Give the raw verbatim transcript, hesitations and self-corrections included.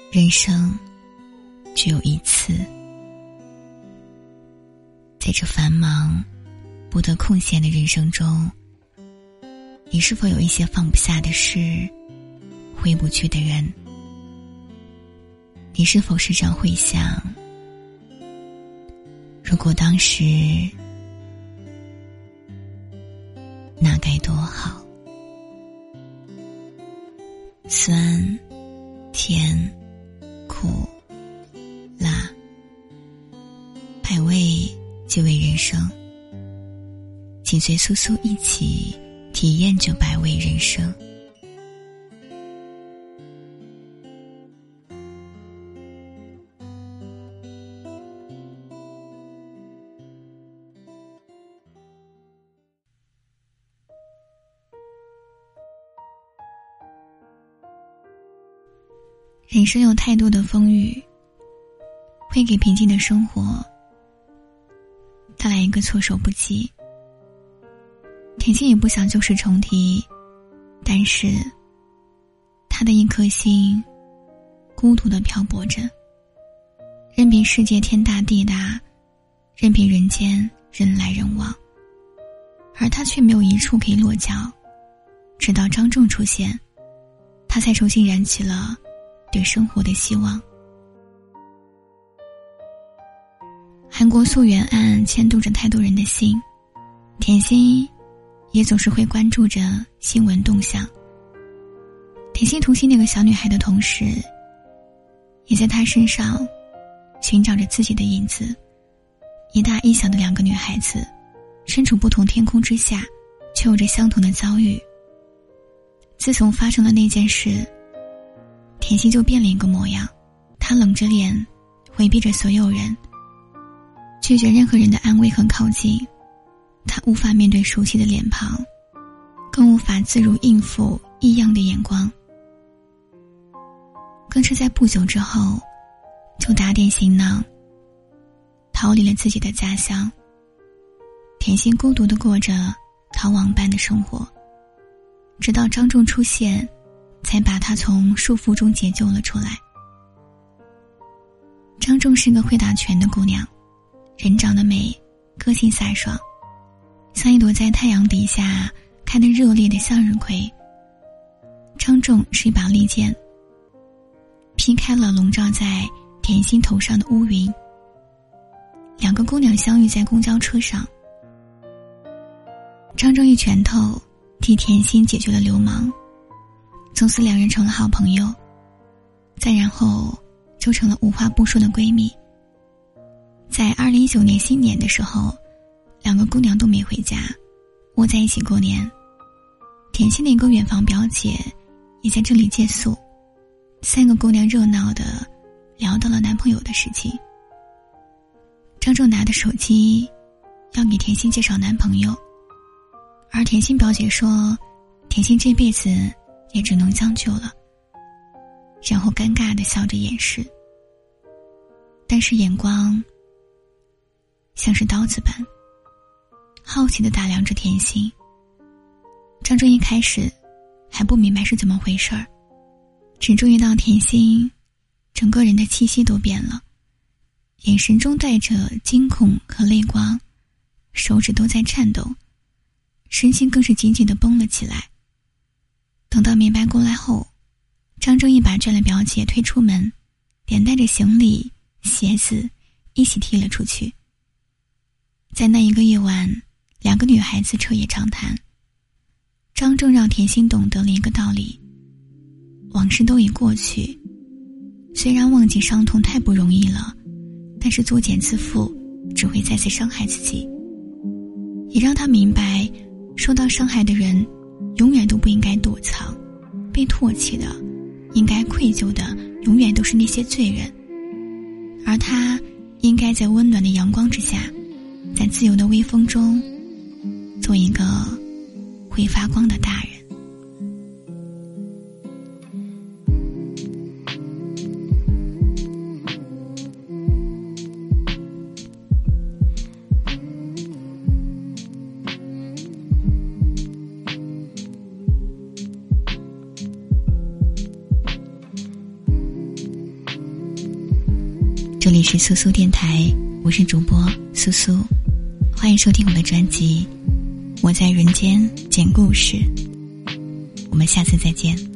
人生只有一次，在这繁忙不得空闲的人生中，你是否有一些放不下的事，回不去的人？你是否时常会想，如果当时那该多好？酸、甜、苦、辣，百味即为人生。紧随苏苏一起体验这百味人生。人生有太多的风雨，会给平静的生活带来一个措手不及。田心也不想旧事重提，但是他的一颗心孤独地漂泊着，任凭世界天大地大，任凭人间人来人往，而他却没有一处可以落脚。直到张仲出现，他才重新燃起了对生活的希望。韩国溯源案牵动着太多人的心，田心也总是会关注着新闻动向。田心同行那个小女孩的同时，也在她身上寻找着自己的影子。一大一小的两个女孩子，身处不同天空之下，却有着相同的遭遇。自从发生了那件事，田心就变了一个模样。她冷着脸，回避着所有人，拒绝任何人的安慰和靠近。她无法面对熟悉的脸庞，更无法自如应付异样的眼光，更是在不久之后就打点行囊，逃离了自己的家乡。田心孤独地过着逃亡般的生活，直到张仲出现，才把她从束缚中解救了出来。张仲是个会打拳的姑娘，人长得美，个性飒爽，像一朵在太阳底下开得热烈的向日葵。张仲是一把利剑，劈开了笼罩在田心头上的乌云。两个姑娘相遇在公交车上，张仲一拳头替田心解决了流氓，从此两人成了好朋友，再然后就成了无话不说的闺蜜。在二零一九年新年的时候，两个姑娘都没回家，窝在一起过年。田心的一个远房表姐也在这里借宿，三个姑娘热闹地聊到了男朋友的事情。张仲拿的手机要给田心介绍男朋友，而田心表姐说田心这辈子也只能将就了，然后尴尬地笑着掩饰，但是眼光像是刀子般好奇地打量着田心。张仲一开始还不明白是怎么回事儿，只注意到田心整个人的气息都变了，眼神中带着惊恐和泪光，手指都在颤抖，身心更是紧紧地绷了起来。等到明白过来后，张仲一把拽了表姐推出门，连带着行李鞋子一起踢了出去。在那一个夜晚，两个女孩子彻夜长谈。张仲让田心懂得了一个道理，往事都已过去，虽然忘记伤痛太不容易了，但是作茧自缚只会再次伤害自己。也让他明白，受到伤害的人永远都不应该躲藏，被唾弃的，应该愧疚的永远都是那些罪人，而他应该在温暖的阳光之下，在自由的微风中，做一个会发光的大人。 是苏苏电台，我是主播苏苏，欢迎收听我的专辑《我在人间讲故事》，我们下次再见。